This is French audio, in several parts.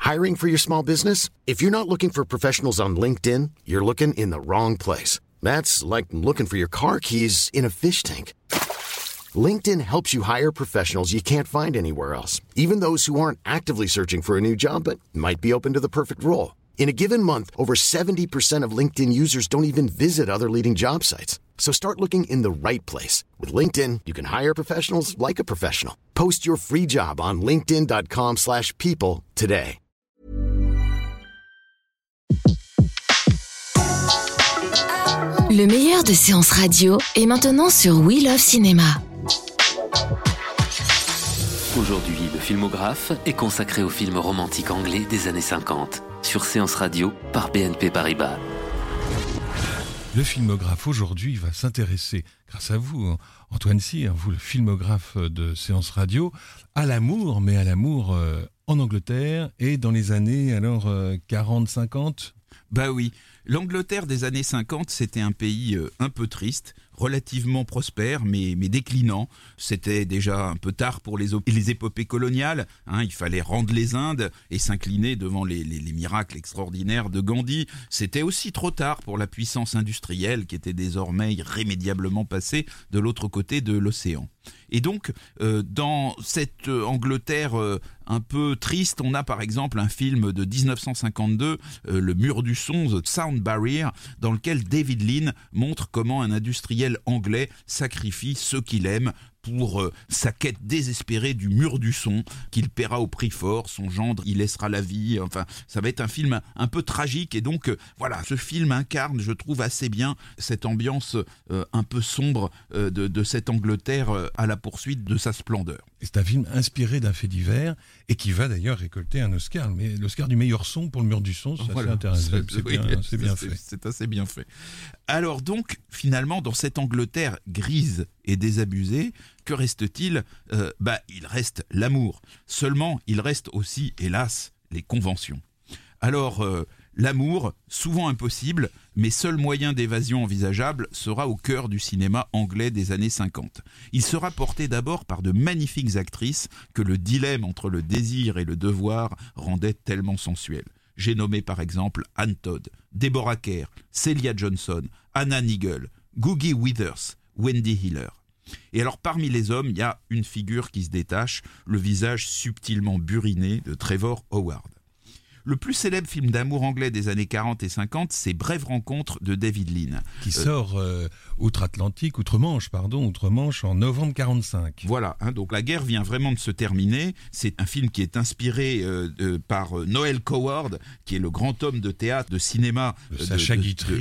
Hiring for your small business? If you're not looking for professionals on LinkedIn, you're looking in the wrong place. That's like looking for your car keys in a fish tank. LinkedIn helps you hire professionals you can't find anywhere else, even those who aren't actively searching for a new job but might be open to the perfect role. In a given month, over 70% of LinkedIn users don't even visit other leading job sites. So start looking in the right place. With LinkedIn, you can hire professionals like a professional. Post your free job on linkedin.com/people today. Le meilleur de séances radio est maintenant sur We Love Cinéma. Aujourd'hui, le filmographe est consacré aux films romantiques anglais des années 50, sur Séance Radio par BNP Paribas. Le filmographe aujourd'hui va s'intéresser, grâce à vous, Antoine Cyr, vous le filmographe de Séance Radio, à l'amour, mais à l'amour en Angleterre et dans les années 40-50. Bah oui, l'Angleterre des années 50, c'était un pays un peu triste, relativement prospère, mais déclinant. C'était déjà un peu tard pour les épopées coloniales. Il fallait rendre les Indes et s'incliner devant les miracles extraordinaires de Gandhi. C'était aussi trop tard pour la puissance industrielle qui était désormais irrémédiablement passée de l'autre côté de l'océan. Et donc, dans cette Angleterre un peu triste, on a par exemple un film de 1952, Le Mur du Son, The Sound Barrier, dans lequel David Lean montre comment un industriel anglais sacrifie ceux qu'il aime pour sa quête désespérée du mur du son, qu'il paiera au prix fort, son gendre y laissera la vie. Enfin, ça va être un film un peu tragique. Et donc, voilà, ce film incarne, je trouve, assez bien cette ambiance un peu sombre de cette Angleterre à la poursuite de sa splendeur. C'est un film inspiré d'un fait divers et qui va d'ailleurs récolter un Oscar, mais l'Oscar du meilleur son pour Le Mur du Son, c'est assez intéressant. C'est bien fait. C'est assez bien fait. Alors donc, finalement, dans cette Angleterre grise et désabusée, que reste-t-il ? Il reste l'amour. Seulement, il reste aussi, hélas, les conventions. Alors, l'amour, souvent impossible, mais seul moyen d'évasion envisageable, sera au cœur du cinéma anglais des années 50. Il sera porté d'abord par de magnifiques actrices que le dilemme entre le désir et le devoir rendait tellement sensuel. J'ai nommé par exemple Anne Todd, Deborah Kerr, Celia Johnson, Anna Nigel, Googie Withers, Wendy Hiller. Et alors parmi les hommes, il y a une figure qui se détache, le visage subtilement buriné de Trevor Howard. Le plus célèbre film d'amour anglais des années 40 et 50, c'est Brève rencontre de David Lean. Qui sort outre-Manche en novembre 45. Voilà, donc la guerre vient vraiment de se terminer. C'est un film qui est inspiré par Noel Coward, qui est le grand homme de théâtre, de cinéma, le Sacha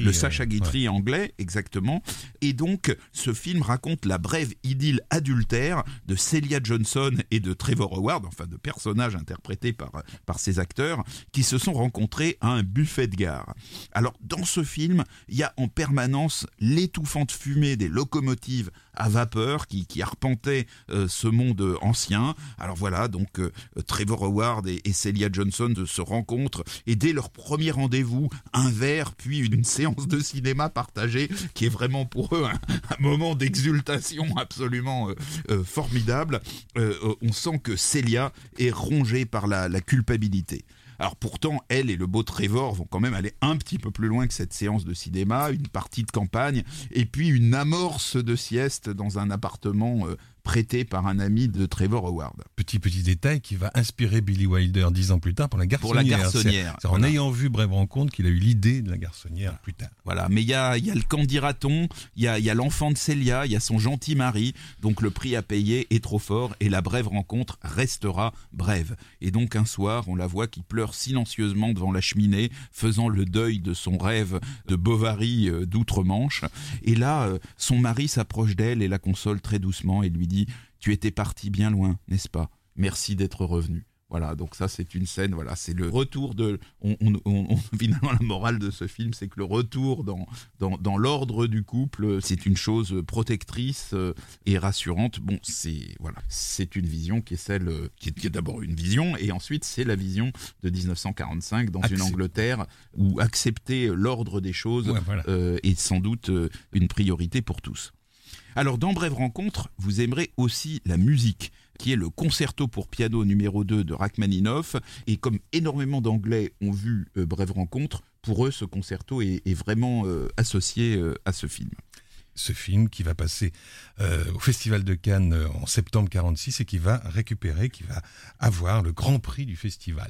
Guitry anglais, exactement. Et donc, ce film raconte la brève idylle adultère de Celia Johnson et de Trevor Howard, enfin de personnages interprétés par ces acteurs, qui se sont rencontrés à un buffet de gare. Alors, dans ce film, il y a en permanence l'étouffante fumée des locomotives à vapeur qui arpentaient ce monde ancien. Alors voilà, donc Trevor Howard et Celia Johnson se rencontrent et dès leur premier rendez-vous, un verre puis une séance de cinéma partagée qui est vraiment pour eux un moment d'exultation absolument formidable. On sent que Celia est rongée par la culpabilité. Alors pourtant, elle et le beau Trevor vont quand même aller un petit peu plus loin que cette séance de cinéma, une partie de campagne, et puis une amorce de sieste dans un appartement prêté par un ami de Trevor Howard. Petit détail qui va inspirer Billy Wilder 10 ans plus tard pour La Garçonnière. C'est en ayant vu Brève rencontre qu'il a eu l'idée de La Garçonnière plus tard. Voilà, mais il y a le candidaton, il y a l'enfant de Célia, il y a son gentil mari, donc le prix à payer est trop fort et la brève rencontre restera brève. Et donc un soir, on la voit qui pleure silencieusement devant la cheminée, faisant le deuil de son rêve de Bovary d'outre-Manche. Et là, son mari s'approche d'elle et la console très doucement et lui dit « Tu étais parti bien loin, n'est-ce pas ? Merci d'être revenu. » Voilà, donc ça c'est une scène, voilà, c'est le retour de... finalement la morale de ce film, c'est que le retour dans l'ordre du couple, c'est une chose protectrice et rassurante. Bon, c'est une vision qui est celle... qui est d'abord une vision, et ensuite c'est la vision de 1945 dans une Angleterre où accepter l'ordre des choses est sans doute une priorité pour tous. Alors, dans Brève rencontre, vous aimerez aussi la musique. qui est le concerto pour piano numéro 2 de Rachmaninoff. Et comme énormément d'Anglais ont vu Brève rencontre, pour eux, ce concerto est vraiment associé à ce film. Ce film qui va passer au Festival de Cannes en septembre 1946 et qui va avoir le grand prix du festival.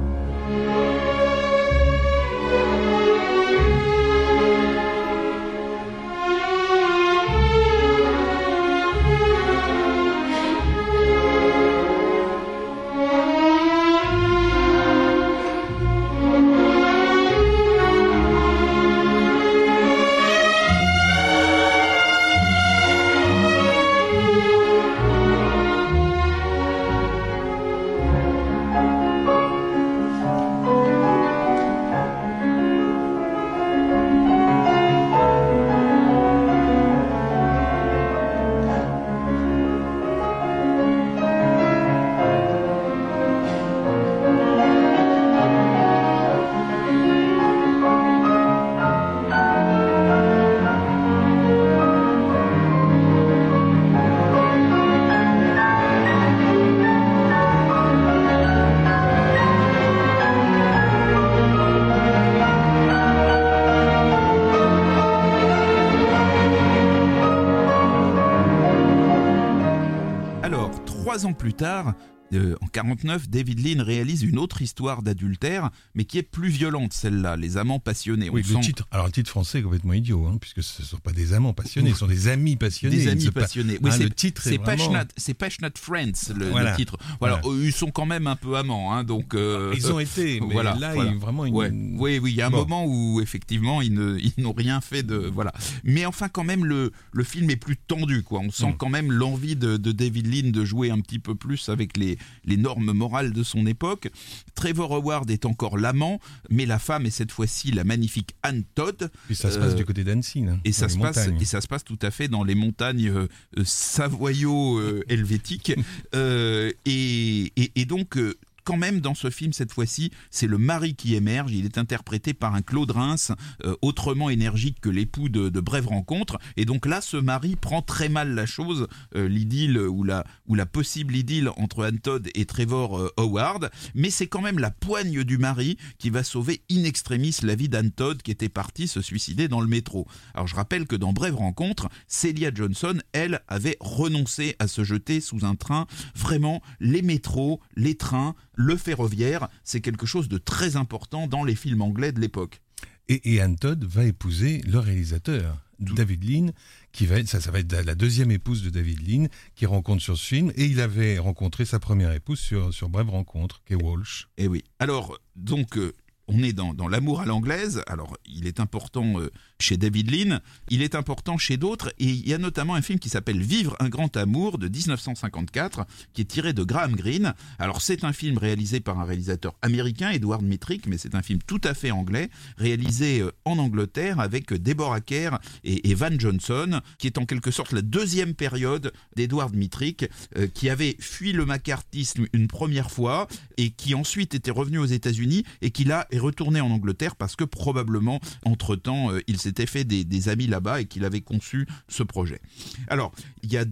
Alors, 3 ans plus tard, en 49, David Lean réalise une autre histoire d'adultère, mais qui est plus violente, celle-là, Les amants passionnés. Oui, le titre français est complètement idiot, puisque ce ne sont pas des amants passionnés, ce sont des amis passionnés. Des amis passionnés. Oui, le titre est vraiment... C'est Passionate Friends, le titre. Voilà. Ils sont quand même un peu amants, donc... Ils ont été, mais là, vraiment... Oui, il y a un moment où, effectivement, ils n'ont rien fait de... Voilà. Mais enfin, quand même, le film est plus tendu, quoi. On sent quand même l'envie de David Lean de jouer un petit peu plus avec les normes morales de son époque. Trevor Howard est encore l'amant, mais la femme est cette fois-ci la magnifique Anne Todd. Et ça se passe du côté d'Annecy, et ça se passe tout à fait dans les montagnes savoyo-helvétiques. Et donc... quand même, dans ce film, cette fois-ci, c'est le mari qui émerge. Il est interprété par un Claude Reims, autrement énergique que l'époux de Brève rencontre. Et donc là, ce mari prend très mal la chose, l'idylle ou la possible idylle entre Anne Todd et Trevor Howard. Mais c'est quand même la poigne du mari qui va sauver in extremis la vie d'Anne Todd, qui était partie se suicider dans le métro. Alors je rappelle que dans Brève rencontre, Celia Johnson, elle, avait renoncé à se jeter sous un train. Vraiment, les métros, les trains, le ferroviaire, c'est quelque chose de très important dans les films anglais de l'époque. Et Anne Todd va épouser le réalisateur, David Lean, ça va être la deuxième épouse de David Lean qui rencontre sur ce film, et il avait rencontré sa première épouse sur Brève rencontre, Kay Walsh. Et oui. Alors, donc... on est dans l'amour à l'anglaise. Alors, il est important chez David Lean, il est important chez d'autres, et il y a notamment un film qui s'appelle Vivre un grand amour de 1954, qui est tiré de Graham Greene. Alors, c'est un film réalisé par un réalisateur américain, Edward Mittrick, mais c'est un film tout à fait anglais, réalisé en Angleterre avec Deborah Kerr et Van Johnson, qui est en quelque sorte la deuxième période d'Edward Mittrick, qui avait fui le macartisme une première fois, et qui ensuite était revenu aux États-Unis, et qui là est retourné en Angleterre parce que probablement, entre-temps, il s'était fait des amis là-bas et qu'il avait conçu ce projet. Alors, il y a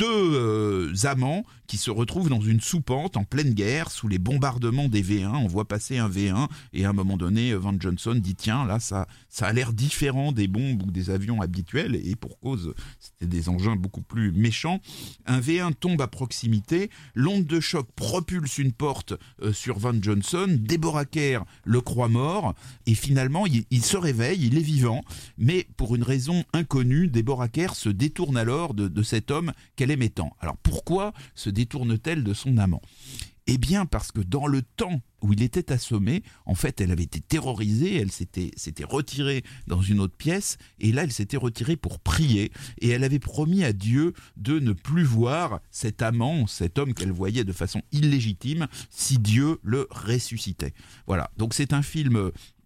2 amants qui se retrouvent dans une soupente en pleine guerre, sous les bombardements des V1. On voit passer un V1 et à un moment donné, Van Johnson dit « Tiens, là, ça a l'air différent des bombes ou des avions habituels » et pour cause, c'était des engins beaucoup plus méchants. Un V1 tombe à proximité, l'onde de choc propulse une porte sur Van Johnson, Deborah Kerr le croit mort, et finalement il se réveille, il est vivant, mais pour une raison inconnue, Deborah Kerr se détourne alors de cet homme qu'elle aimait tant. Alors pourquoi se détourne-t-elle de son amant ? Eh bien parce que dans le temps où il était assommé, en fait elle avait été terrorisée, elle s'était retirée dans une autre pièce, et là elle s'était retirée pour prier, et elle avait promis à Dieu de ne plus voir cet amant, cet homme qu'elle voyait de façon illégitime, si Dieu le ressuscitait. Voilà, donc c'est un film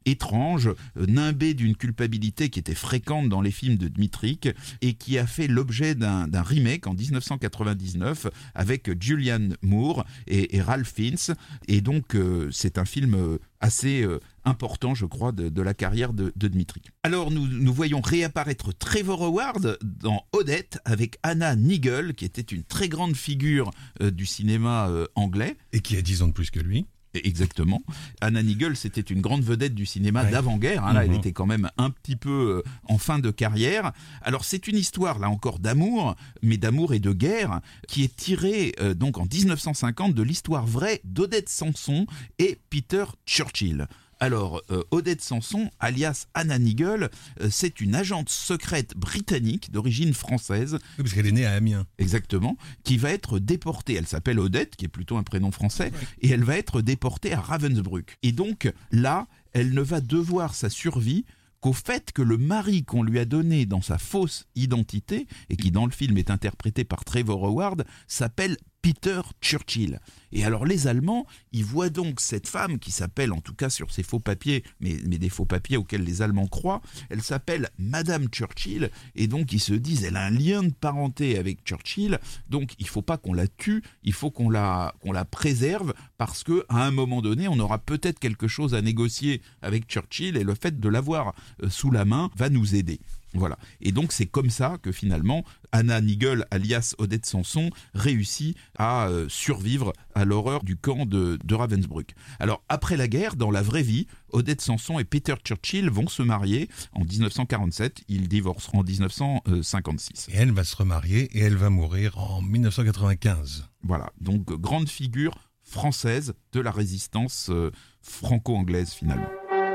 étrange, nimbé d'une culpabilité qui était fréquente dans les films de Dmytryk et qui a fait l'objet d'un remake en 1999 avec Julianne Moore et Ralph Fiennes. Et donc, c'est un film assez important, je crois, de la carrière de Dmytryk. Alors, nous voyons réapparaître Trevor Howard dans Odette avec Anna Neagle, qui était une très grande figure du cinéma anglais. Et qui a 10 ans de plus que lui. Exactement. Anna Neagle, c'était une grande vedette du cinéma d'avant-guerre. Là, elle était quand même un petit peu en fin de carrière. Alors, c'est une histoire, là encore, d'amour, mais d'amour et de guerre, qui est tirée donc en 1950 de l'histoire vraie d'Odette Sanson et Peter Churchill. Alors, Odette Sanson, alias Anna Neagle, c'est une agente secrète britannique d'origine française. Oui, parce qu'elle est née à Amiens. Exactement, qui va être déportée. Elle s'appelle Odette, qui est plutôt un prénom français, et elle va être déportée à Ravensbrück. Et donc, là, elle ne va devoir sa survie qu'au fait que le mari qu'on lui a donné dans sa fausse identité, et qui dans le film est interprété par Trevor Howard, s'appelle Peter Churchill. Et alors les Allemands, ils voient donc cette femme qui s'appelle, en tout cas sur ses faux papiers, mais des faux papiers auxquels les Allemands croient, elle s'appelle Madame Churchill, et donc ils se disent, elle a un lien de parenté avec Churchill, donc il ne faut pas qu'on la tue, il faut qu'on la préserve, parce qu'à un moment donné, on aura peut-être quelque chose à négocier avec Churchill, et le fait de l'avoir sous la main va nous aider. Voilà. Et donc c'est comme ça que finalement Anna Neagle, alias Odette Sanson, réussit à survivre à l'horreur du camp de Ravensbrück. Alors après la guerre, dans la vraie vie, Odette Sanson et Peter Churchill vont se marier en 1947. Ils divorceront en 1956. Et elle va se remarier et elle va mourir en 1995. Voilà. Donc grande figure française de la résistance franco-anglaise finalement.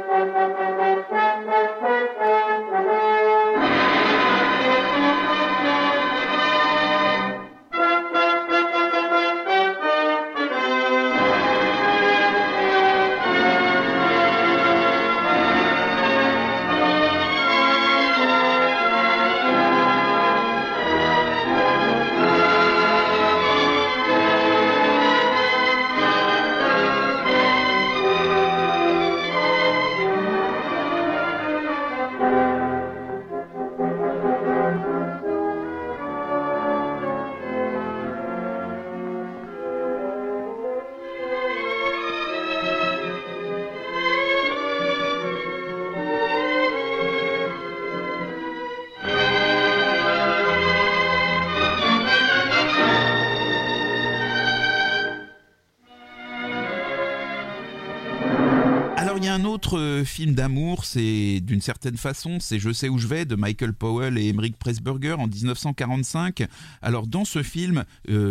Il y a un autre film d'amour, c'est d'une certaine façon, c'est Je sais où je vais de Michael Powell et Emmerich Pressburger en 1945. Alors dans ce film,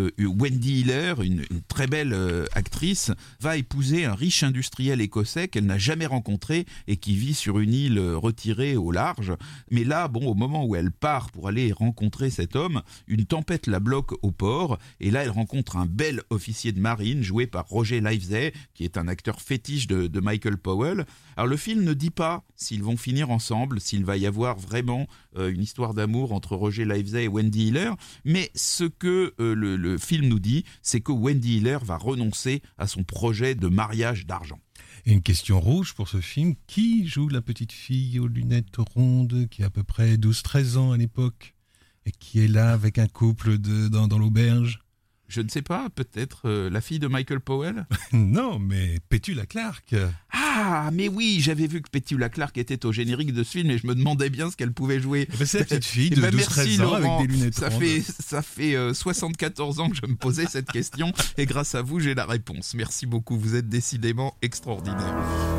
Wendy Hiller, une très belle actrice, va épouser un riche industriel écossais qu'elle n'a jamais rencontré et qui vit sur une île retirée au large. Mais là, au moment où elle part pour aller rencontrer cet homme, une tempête la bloque au port et là elle rencontre un bel officier de marine joué par Roger Livesey, qui est un acteur fétiche de Michael Powell. Alors le film ne dit pas s'ils vont finir ensemble, s'il va y avoir vraiment une histoire d'amour entre Roger Livesey et Wendy Hiller, mais ce que le film nous dit, c'est que Wendy Hiller va renoncer à son projet de mariage d'argent. Et une question rouge pour ce film, qui joue la petite fille aux lunettes rondes qui a à peu près 12-13 ans à l'époque et qui est là avec un couple dans l'auberge? Je ne sais pas, peut-être la fille de Michael Powell? Non, mais Petula Clark. Ah, mais oui, j'avais vu que Petula Clark était au générique de ce film et je me demandais bien ce qu'elle pouvait jouer. C'est la petite fille de 12-13 ans avec des lunettes rondes. Ça fait 74 ans que je me posais cette question et grâce à vous, j'ai la réponse. Merci beaucoup, vous êtes décidément extraordinaire.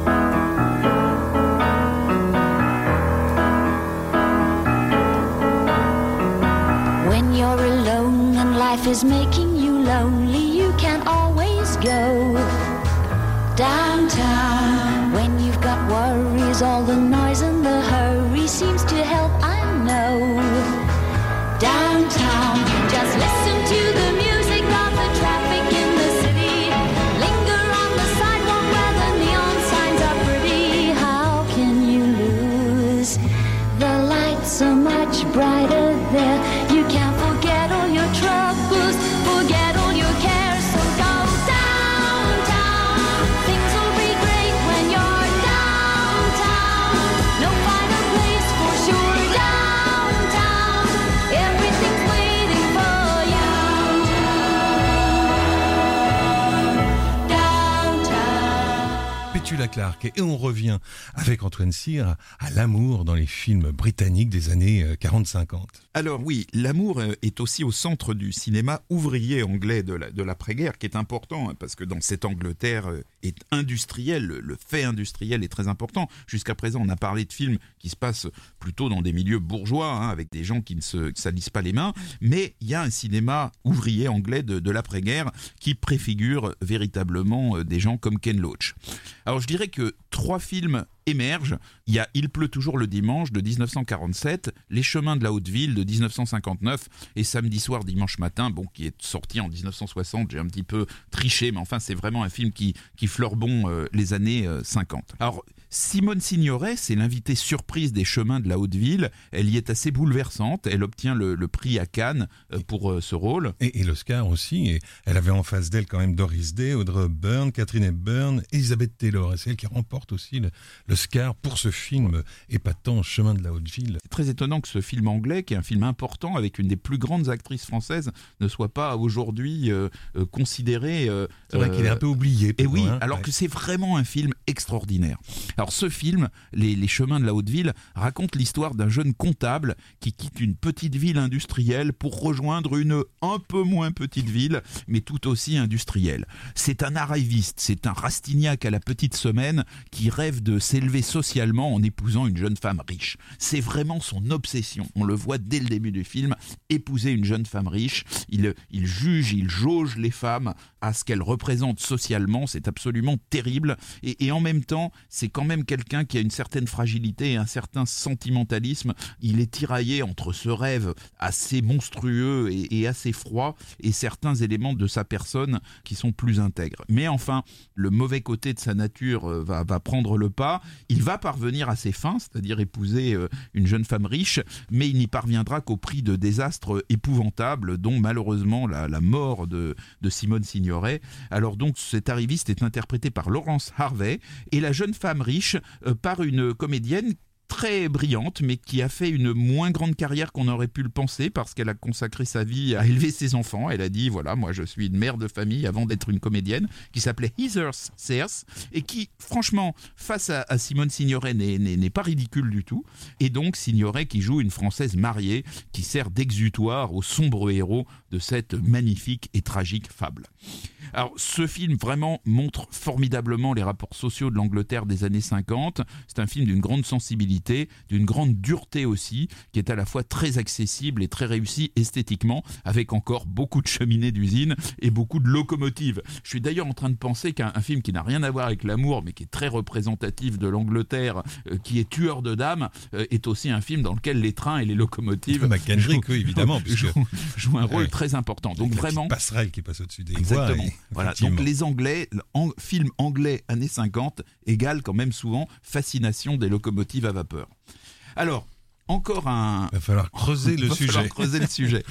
When you're alone and life is making you lonely, you can always go downtown. When you've got worries, all the noise and the hurry seems to help, I know. Downtown, just listen to the music of the traffic in the city. Linger on the sidewalk where the neon signs are pretty. How can you lose? The lights are much brighter there. You can't forget all your troubles, forget all your cares, so go downtown. Things will be great when you're downtown. Petula Clark. Et on revient avec Antoine Cyr à l'amour dans les films britanniques des années 40-50. Alors oui, l'amour est aussi au centre du cinéma ouvrier anglais de l'après-guerre, qui est important, parce que dans cette Angleterre est industrielle, le fait industriel est très important. Jusqu'à présent, on a parlé de films qui se passent plutôt dans des milieux bourgeois, avec des gens qui ne se salissent pas les mains, mais il y a un cinéma ouvrier anglais de l'après-guerre qui préfigure véritablement des gens comme Ken Loach. Alors je dirais que 3 films émergent. Il y a Il pleut toujours le dimanche de 1947, Les chemins de la haute ville de 1959 et Samedi soir dimanche matin, qui est sorti en 1960. J'ai un petit peu triché, mais enfin c'est vraiment un film qui fleurbon les années 50. Alors Simone Signoret, c'est l'invitée surprise des chemins de la haute ville. Elle y est assez bouleversante. Elle obtient le prix à Cannes pour ce rôle. Et l'Oscar aussi. Et elle avait en face d'elle quand même Doris Day, Audrey Hepburn, Catherine Hepburn, Elizabeth Taylor. Et c'est elle qui remporte aussi l'Oscar pour ce film épatant, Chemin de la haute ville. C'est très étonnant que ce film anglais, qui est un film important avec une des plus grandes actrices françaises, ne soit pas aujourd'hui considéré. C'est vrai qu'il est un peu oublié. Et oui, alors que c'est vraiment un film extraordinaire. Alors ce film, les chemins de la haute ville, raconte l'histoire d'un jeune comptable qui quitte une petite ville industrielle pour rejoindre une un peu moins petite ville, mais tout aussi industrielle. C'est un arriviste, c'est un Rastignac à la petite semaine qui rêve de s'élever socialement en épousant une jeune femme riche. C'est vraiment son obsession. On le voit dès le début du film, épouser une jeune femme riche. Il juge, il jauge les femmes à ce qu'elles représentent socialement. C'est absolument terrible. Et en même temps, c'est quand même quelqu'un qui a une certaine fragilité et un certain sentimentalisme. Il est tiraillé entre ce rêve assez monstrueux et assez froid et certains éléments de sa personne qui sont plus intègres. Mais enfin, le mauvais côté de sa nature va prendre le pas. Il va parvenir à ses fins, c'est-à-dire épouser une jeune femme riche, mais il n'y parviendra qu'au prix de désastres épouvantables, dont malheureusement la mort de Simone Signoret. Alors donc cet arriviste est interprété par Laurence Harvey et la jeune femme riche par une comédienne très brillante, mais qui a fait une moins grande carrière qu'on aurait pu le penser, parce qu'elle a consacré sa vie à élever ses enfants. Elle a dit, voilà, moi je suis une mère de famille avant d'être une comédienne, qui s'appelait Heather Sears, et qui, franchement, face à Simone Signoret, n'est pas ridicule du tout. Et donc Signoret qui joue une Française mariée, qui sert d'exutoire au sombre héros de cette magnifique et tragique fable. Alors, ce film vraiment montre formidablement les rapports sociaux de l'Angleterre des années 50. C'est un film d'une grande sensibilité, d'une grande dureté aussi, qui est à la fois très accessible et très réussi esthétiquement, avec encore beaucoup de cheminées d'usine et beaucoup de locomotives. Je suis d'ailleurs en train de penser qu'un film qui n'a rien à voir avec l'amour, mais qui est très représentatif de l'Angleterre, qui est Tueur de dames, est aussi un film dans lequel les trains et les locomotives jouent un rôle très important. Donc vraiment, passerelle qui passe au-dessus des exactement. voies. Voilà. Donc les Anglais, film anglais années 50 égale quand même souvent fascination des locomotives à vapeur. Alors, encore un... Il va falloir creuser le sujet.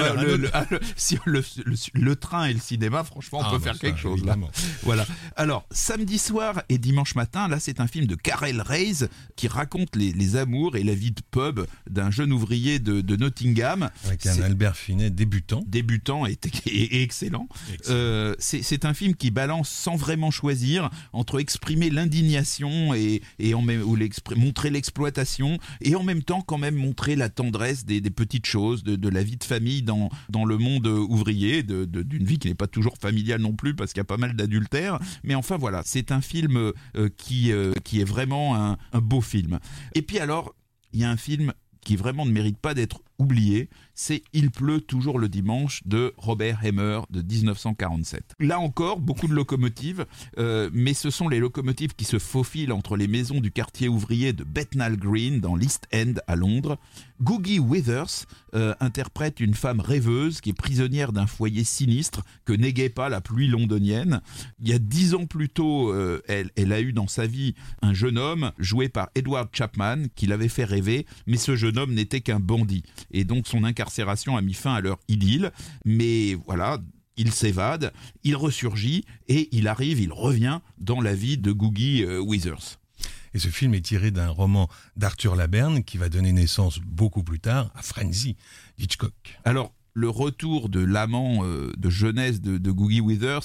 Si le train et le cinéma, franchement, on peut faire quelque chose. Évidemment. Là. Voilà. Alors, Samedi soir et dimanche matin, là, c'est un film de Karel Reisz qui raconte les amours et la vie de pub d'un jeune ouvrier de Nottingham. Avec un Albert Finet débutant et excellent. C'est un film qui balance sans vraiment choisir entre exprimer l'indignation montrer l'exploitation et en même temps quand même montrer la tendresse des petites choses, de la vie de famille dans le monde ouvrier, d'une vie qui n'est pas toujours familiale non plus parce qu'il y a pas mal d'adultère. Mais enfin voilà, c'est un film qui est vraiment un beau film. Et puis alors, il y a un film qui vraiment ne mérite pas d'être oublié, c'est Il pleut toujours le dimanche de Robert Hemmer de 1947. Là encore, beaucoup de locomotives, mais ce sont les locomotives qui se faufilent entre les maisons du quartier ouvrier de Bethnal Green dans l'East End à Londres. Googie Withers interprète une femme rêveuse qui est prisonnière d'un foyer sinistre que n'égait pas la pluie londonienne. Il y a 10 ans plus tôt, elle a eu dans sa vie un jeune homme joué par Edward Chapman qui l'avait fait rêver, mais ce jeune homme n'était qu'un bandit. Et donc son incarcération a mis fin à leur idylle. Mais voilà, il s'évade, il ressurgit et il revient dans la vie de Googie Withers. Et ce film est tiré d'un roman d'Arthur Laberne qui va donner naissance beaucoup plus tard à Frenzy d'Hitchcock. Alors, le retour de l'amant de jeunesse de Googie Withers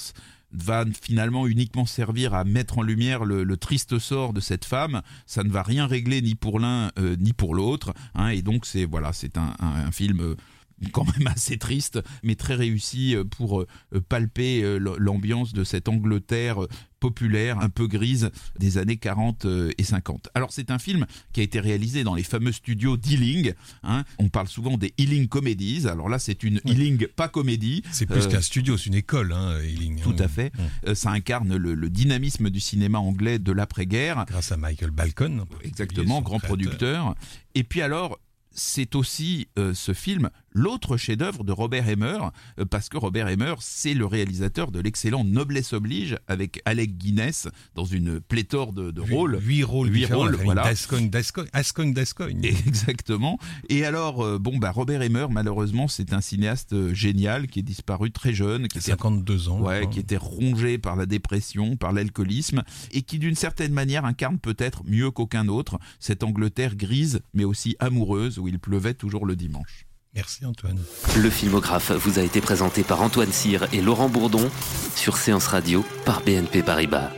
va finalement uniquement servir à mettre en lumière le triste sort de cette femme. Ça ne va rien régler ni pour l'un ni pour l'autre, hein, et donc c'est un film quand même assez triste, mais très réussi pour palper l'ambiance de cette Angleterre populaire, un peu grise, des années 40 et 50. Alors c'est un film qui a été réalisé dans les fameux studios d'Ealing, hein. On parle souvent des Ealing Comedies, alors là c'est une Ealing pas comédie. C'est plus qu'un studio, c'est une école, hein, Ealing. Tout à fait. Ça incarne le dynamisme du cinéma anglais de l'après-guerre. Grâce à Michael Balcon. Exactement, grand producteur. Et puis alors, c'est aussi ce film, l'autre chef-d'œuvre de Robert Emmer, parce que Robert Emmer, c'est le réalisateur de l'excellent Noblesse oblige avec Alec Guinness dans une pléthore de rôles. 8 rôles différents, voilà. Ascogne. Exactement. Et alors, Robert Emmer, malheureusement, c'est un cinéaste génial qui est disparu très jeune. Qui 52 ans. Ouais, qui était rongé par la dépression, par l'alcoolisme, et qui d'une certaine manière incarne peut-être mieux qu'aucun autre cette Angleterre grise, mais aussi amoureuse, où il pleuvait toujours le dimanche. Merci Antoine. Le Filmographe vous a été présenté par Antoine Cyr et Laurent Bourdon sur Séance Radio par BNP Paribas.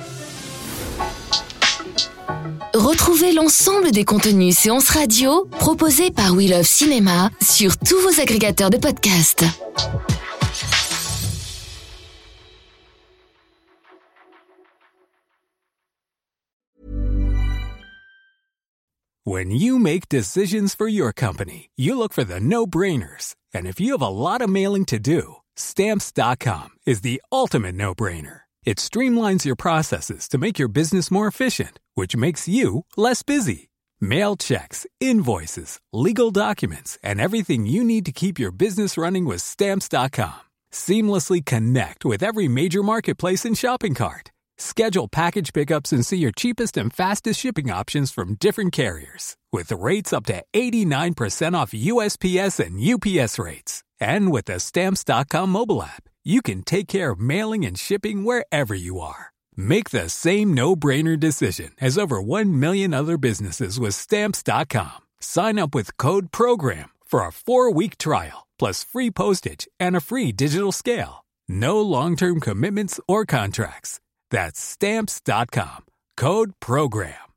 Retrouvez l'ensemble des contenus Séance Radio proposés par We Love Cinéma sur tous vos agrégateurs de podcasts. When you make decisions for your company, you look for the no-brainers. And if you have a lot of mailing to do, Stamps.com is the ultimate no-brainer. It streamlines your processes to make your business more efficient, which makes you less busy. Mail checks, invoices, legal documents, and everything you need to keep your business running with Stamps.com. Seamlessly connect with every major marketplace and shopping cart. Schedule package pickups and see your cheapest and fastest shipping options from different carriers. With rates up to 89% off USPS and UPS rates. And with the Stamps.com mobile app, you can take care of mailing and shipping wherever you are. Make the same no-brainer decision as over 1 million other businesses with Stamps.com. Sign up with code PROGRAM for a 4-week trial, plus free postage and a free digital scale. No long-term commitments or contracts. That's Stamps.com. Code PROGRAM.